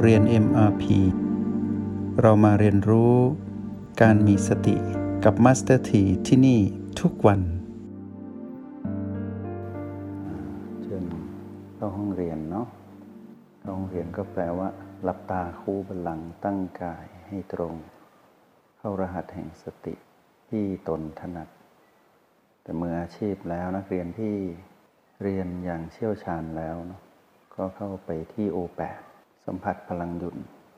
เรียน MRP เรามาเรียนรู้การมีสติกับ Master T ที่นี่ทุกวันเชิญเข้าห้องเรียนเนาะเข้าห้องเรียนก็แปลว่าหลับตาคู่บัลลังก์ตั้งกายให้ตรงเข้ารหัสแห่งสติที่ตนถนัดแต่มืออาชีพแล้วนักเรียนที่เรียนอย่างเชี่ยวชาญแล้วเนาะก็เข้าไปที่ O8 สัมผัสพลังหยุ่น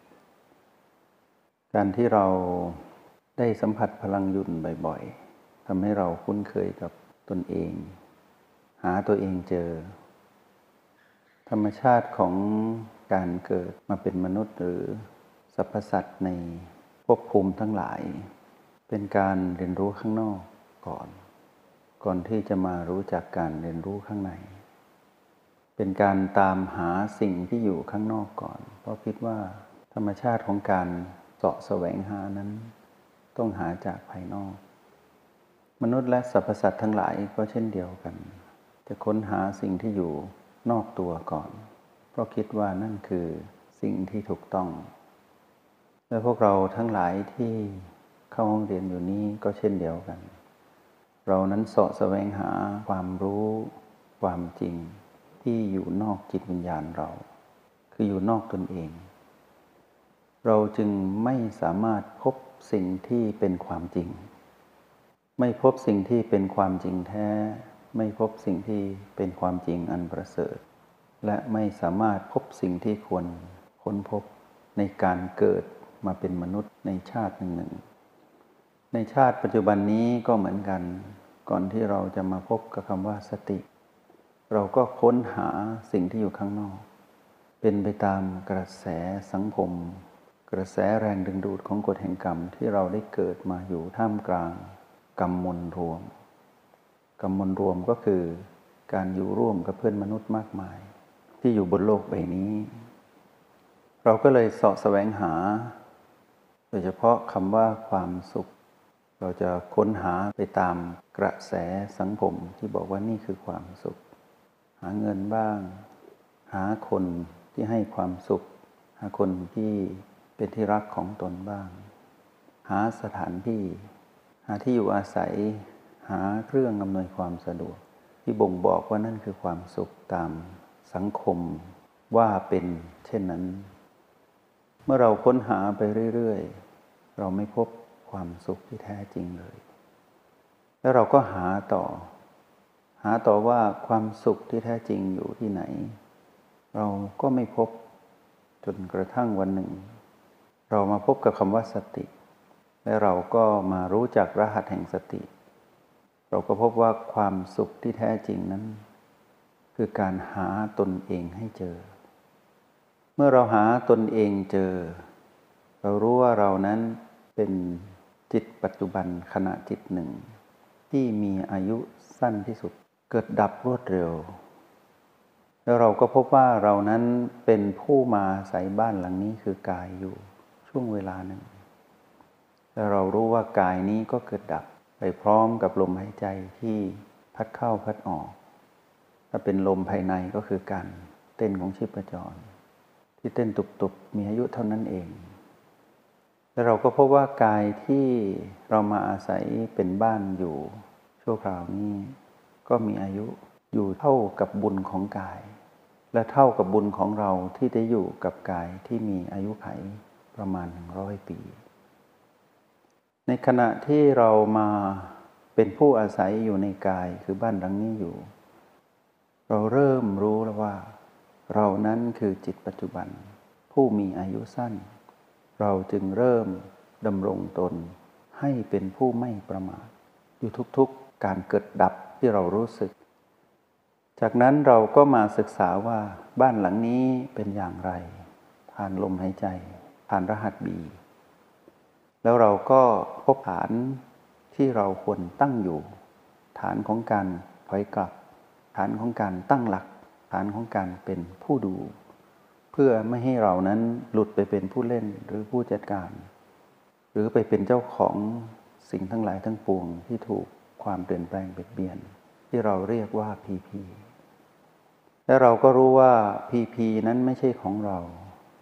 การที่เราได้สัมผัสพลังหยุ่นบ่อยๆทำให้เราคุ้นเคยกับตนเองหาตัวเองเจอธรรมชาติของการเกิดมาเป็นมนุษย์หรือสรรพสัตว์ในภพภูมิทั้งหลายเป็นการเรียนรู้ข้างนอกก่อนที่จะมารู้จักการเรียนรู้ข้างในเป็นการตามหาสิ่งที่อยู่ข้างนอกก่อนเพราะคิดว่าธรรมชาติของการเสาะแสวงหานั้นต้องหาจากภายนอกมนุษย์และสรรพสัตว์ทั้งหลายก็เช่นเดียวกันจะค้นหาสิ่งที่อยู่นอกตัวก่อนเพราะคิดว่านั่นคือสิ่งที่ถูกต้องและพวกเราทั้งหลายที่เข้าห้องเรียนอยู่นี้ก็เช่นเดียวกันเรานั้นเสาะแสวงหาความรู้ความจริงที่อยู่นอกจิตวิญญาณเราคืออยู่นอกตนเองเราจึงไม่สามารถพบสิ่งที่เป็นความจริงไม่พบสิ่งที่เป็นความจริงแท้ไม่พบสิ่งที่เป็นความจริงอันประเสริฐและไม่สามารถพบสิ่งที่ควรค้นพบในการเกิดมาเป็นมนุษย์ในชาติหนึ่งในชาติปัจจุบันนี้ก็เหมือนกันก่อนที่เราจะมาพบกับคำว่าสติเราก็ค้นหาสิ่งที่อยู่ข้างนอกเป็นไปตามกระแสสังคมกระแสแรงดึงดูดของกฎแห่งกรรมที่เราได้เกิดมาอยู่ท่ามกลางกรรมมลรวมกรรมมลรวมก็คือการอยู่ร่วมกับเพื่อนมนุษย์มากมายที่อยู่บนโลกใบนี้เราก็เลยเสาะแสวงหาโดยเฉพาะคำว่าความสุขเราจะค้นหาไปตามกระแสสังคมที่บอกว่านี่คือความสุขหาเงินบ้างหาคนที่ให้ความสุขหาคนที่เป็นที่รักของตนบ้างหาสถานที่หาที่อยู่อาศัยหาเครื่องอำนวยความสะดวกที่บ่งบอกว่านั่นคือความสุขตามสังคมว่าเป็นเช่นนั้นเมื่อเราค้นหาไปเรื่อยๆเราไม่พบความสุขที่แท้จริงเลยแล้วเราก็หาต่อว่าความสุขที่แท้จริงอยู่ที่ไหนเราก็ไม่พบจนกระทั่งวันหนึ่งเรามาพบกับคำว่าสติและเราก็มารู้จักรหัสแห่งสติเราก็พบว่าความสุขที่แท้จริงนั้นคือการหาตนเองให้เจอเมื่อเราหาตนเองเจอเรารู้ว่าเรานั้นเป็นจิตปัจจุบันขณะจิตหนึ่งที่มีอายุสั้นที่สุดเกิดดับรวดเร็วแล้วเราก็พบว่าเรานั้นเป็นผู้มาอาศัยบ้านหลังนี้คือกายอยู่ช่วงเวลาหนึ่งและเรารู้ว่ากายนี้ก็เกิดดับไปพร้อมกับลมหายใจที่พัดเข้าพัดออกถ้าเป็นลมภายในก็คือการเต้นของชีพจรที่เต้นตุบๆมีอายุเท่านั้นเองและเราก็พบว่ากายที่เรามาอาศัยเป็นบ้านอยู่ชั่วคราวนี้ก็มีอายุอยู่เท่ากับบุญของกายและเท่ากับบุญของเราที่ได้อยู่กับกายที่มีอายุขัยประมาณ100 ปีในขณะที่เรามาเป็นผู้อาศัยอยู่ในกายคือบ้านหลังนี้อยู่เราเริ่มรู้แล้วว่าเรานั้นคือจิตปัจจุบันผู้มีอายุสั้นเราจึงเริ่มดำรงตนให้เป็นผู้ไม่ประมาทอยู่ทุกๆการเกิดดับที่เรารู้สึกจากนั้นเราก็มาศึกษาว่าบ้านหลังนี้เป็นอย่างไรผ่านลมหายใจผ่านรหัสบีแล้วเราก็พบฐานที่เราควรตั้งอยู่ฐานของการถอยกลับฐานของการตั้งหลักฐานของการเป็นผู้ดูเพื่อไม่ให้เรานั้นหลุดไปเป็นผู้เล่นหรือผู้จัดการหรือไปเป็นเจ้าของสิ่งทั้งหลายทั้งปวงที่ถูกความเปลี่ยนแปลงเบียดเบียนที่เราเรียกว่าพีพีและเราก็รู้ว่าพีพีนั้นไม่ใช่ของเรา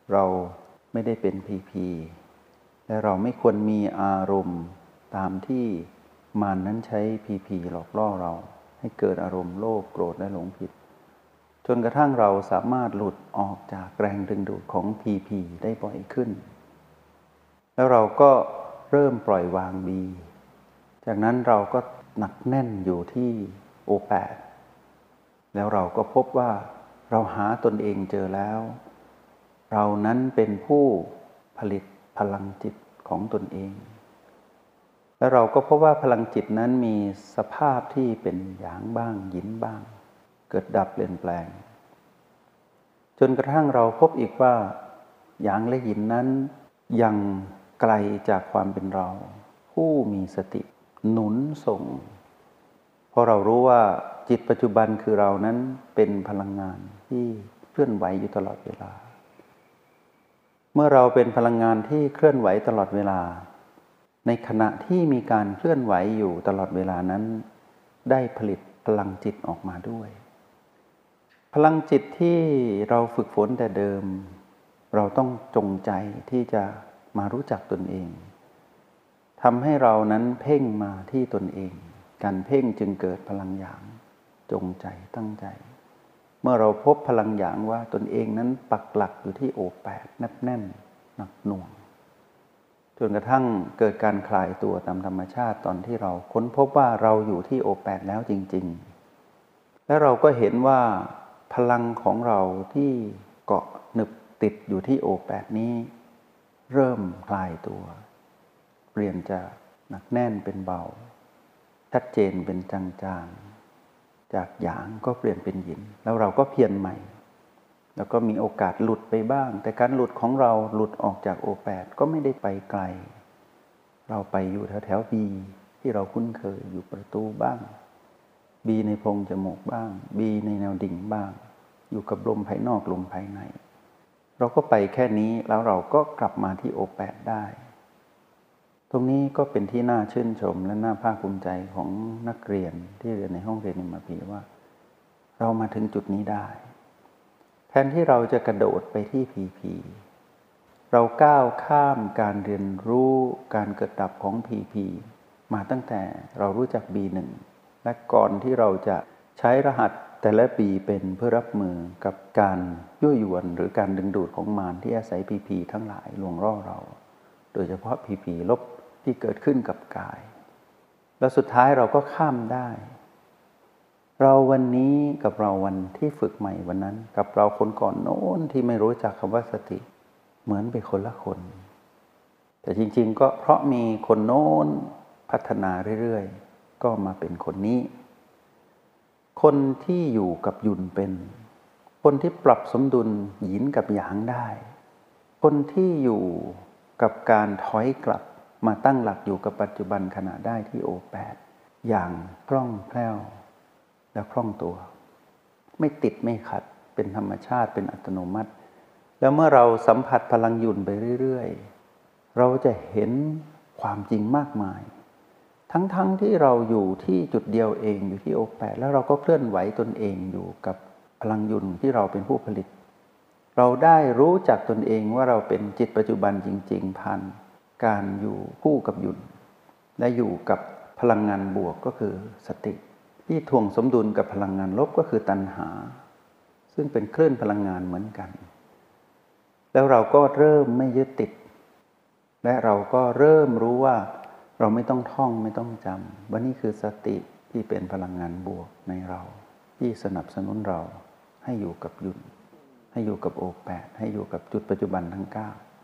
เราไม่ได้เป็นพีและเราไม่ควรมีอารมณ์ตามที่มารนั้นใช้พีหลอกล่อเราให้เกิดอารมณ์โลภโกรธและหลงผิดจนกระทั่งเราสามารถหลุดออกจากแรงดึงดูดของพีได้บ่อยขึ้นแล้วเราก็เริ่มปล่อยวางบีจากนั้นเราก็หนักแน่นอยู่ที่โอแปดแล้วเราก็พบว่าเราหาตนเองเจอแล้วเรานั้นเป็นผู้ผลิตพลังจิตของตนเองและเราก็พบว่าพลังจิตนั้นมีสภาพที่เป็นหยางบ้างหยินบ้างเกิดดับเปลี่ยนแปลงจนกระทั่งเราพบอีกว่าหยางและหยินนั้นยังไกลจากความเป็นเราผู้มีสติหนุนส่งเพราะเรารู้ว่าจิตปัจจุบันคือเรานั้นเป็นพลังงานที่เคลื่อนไหวอยู่ตลอดเวลาเมื่อเราเป็นพลังงานที่เคลื่อนไหวตลอดเวลาในขณะที่มีการเคลื่อนไหวอยู่ตลอดเวลานั้นได้ผลิตพลังจิตออกมาด้วยพลังจิตที่เราฝึกฝนแต่เดิมเราต้องจงใจที่จะมารู้จักตนเองทำให้เรานั้นเพ่งมาที่ตนเองการเพ่งจึงเกิดพลังหยางจงใจตั้งใจเมื่อเราพบพลังหยางว่าตนเองนั้นปักหลักอยู่ที่โอแปดแนบแน่นหนักหน่วงจนกระทั่งเกิดการคลายตัวตามธรรมชาติตอนที่เราค้นพบว่าเราอยู่ที่โอแปดแล้วจริงๆและเราก็เห็นว่าพลังของเราที่เกาะหนึบติดอยู่ที่โอแปดนี้เริ่มคลายตัวเปลี่ยนจากหนักแน่นเป็นเบาชัดเจนเป็นจางๆจากหยางก็เปลี่ยนเป็นหยินแล้วเราก็เพียรใหม่แล้วก็มีโอกาสหลุดไปบ้างแต่การหลุดของเราหลุดออกจากโอแปดก็ไม่ได้ไปไกลเราไปอยู่แถวบีที่เราคุ้นเคยอยู่ประตูบ้างบีในโพรงจมูกบ้างบีในแนวดิ่งบ้างอยู่กับลมภายนอกลมภายในเราก็ไปแค่นี้แล้วเราก็กลับมาที่โอแปดได้ตรงนี้ก็เป็นที่น่าชื่นชมและน่าภาคภูมิใจของนักเรียนที่เรียนในห้องเรียน MRP ว่าเรามาถึงจุดนี้ได้แทนที่เราจะกระโดดไปที่พีเราก้าวข้ามการเรียนรู้การเกิดดับของพีมาตั้งแต่เรารู้จัก B1 และก่อนที่เราจะใช้รหัสแต่ละปีเป็นเพื่อรับมือกับการยั่วยวนหรือการดึงดูดของมารที่อาศัยพีทั้งหลายลวงล่อเราโดยเฉพาะพีลบที่เกิดขึ้นกับกายแล้วสุดท้ายเราก็ข้ามได้เราวันนี้กับเราวันที่ฝึกใหม่วันนั้นกับเราคนก่อนโน้นที่ไม่รู้จักคำว่าสติเหมือนเป็นคนละคนแต่จริงๆก็เพราะมีคนโน้นพัฒนาเรื่อยๆก็มาเป็นคนนี้คนที่อยู่กับหยุนเป็นคนที่ปรับสมดุลหยินกับหยางได้คนที่อยู่กับการถอยกลับมาตั้งหลักอยู่กับปัจจุบันขณะได้ที่โอแปดอย่างคล่องแคล่วและคล่องตัวไม่ติดไม่ขัดเป็นธรรมชาติเป็นอัตโนมัติแล้วเมื่อเราสัมผัสพลังหยุ่นไปเรื่อยๆเราจะเห็นความจริงมากมายทั้งที่เราอยู่ที่จุดเดียวเองอยู่ที่โอแปดแล้วเราก็เคลื่อนไหวตนเองอยู่กับพลังหยุ่นที่เราเป็นผู้ผลิตเราได้รู้จักตนเองว่าเราเป็นจิตปัจจุบันจริงๆผ่านการอยู่คู่กับหยุ่นและอยู่กับพลังงานบวกก็คือสติที่ถ่วงสมดุลกับพลังงานลบก็คือตัณหาซึ่งเป็นคลื่นพลังงานเหมือนกันแล้วเราก็เริ่มไม่ยึดติดและเราก็เริ่มรู้ว่าเราไม่ต้องท่องไม่ต้องจำว่านี่คือสติที่เป็นพลังงานบวกในเราที่สนับสนุนเราให้อยู่กับหยุ่นให้อยู่กับโอแปดให้อยู่กับจุดปัจจุบันทั้ง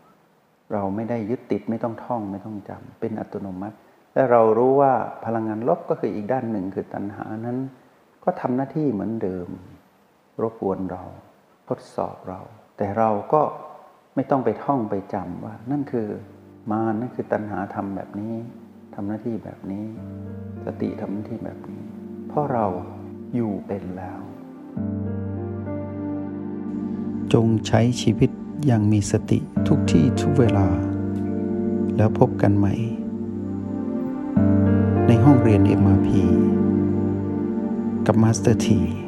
9เราไม่ได้ยึดติดไม่ต้องท่องไม่ต้องจำเป็นอัตโนมัติและเรารู้ว่าพลังงานลบก็คืออีกด้านหนึ่งคือตัณหานั้นก็ทำหน้าที่เหมือนเดิมรบกวนเราทดสอบเราแต่เราก็ไม่ต้องไปท่องไปจำว่านั่นคือมารนั่นคือตัณหาทำแบบนี้ทำหน้าที่แบบนี้สติทำหน้าที่แบบนี้เพราะเราอยู่เป็นแล้วจงใช้ชีวิตอย่างมีสติทุกที่ทุกเวลาแล้วพบกันใหม่ในห้องเรียน MRP กับมาสเตอร์ที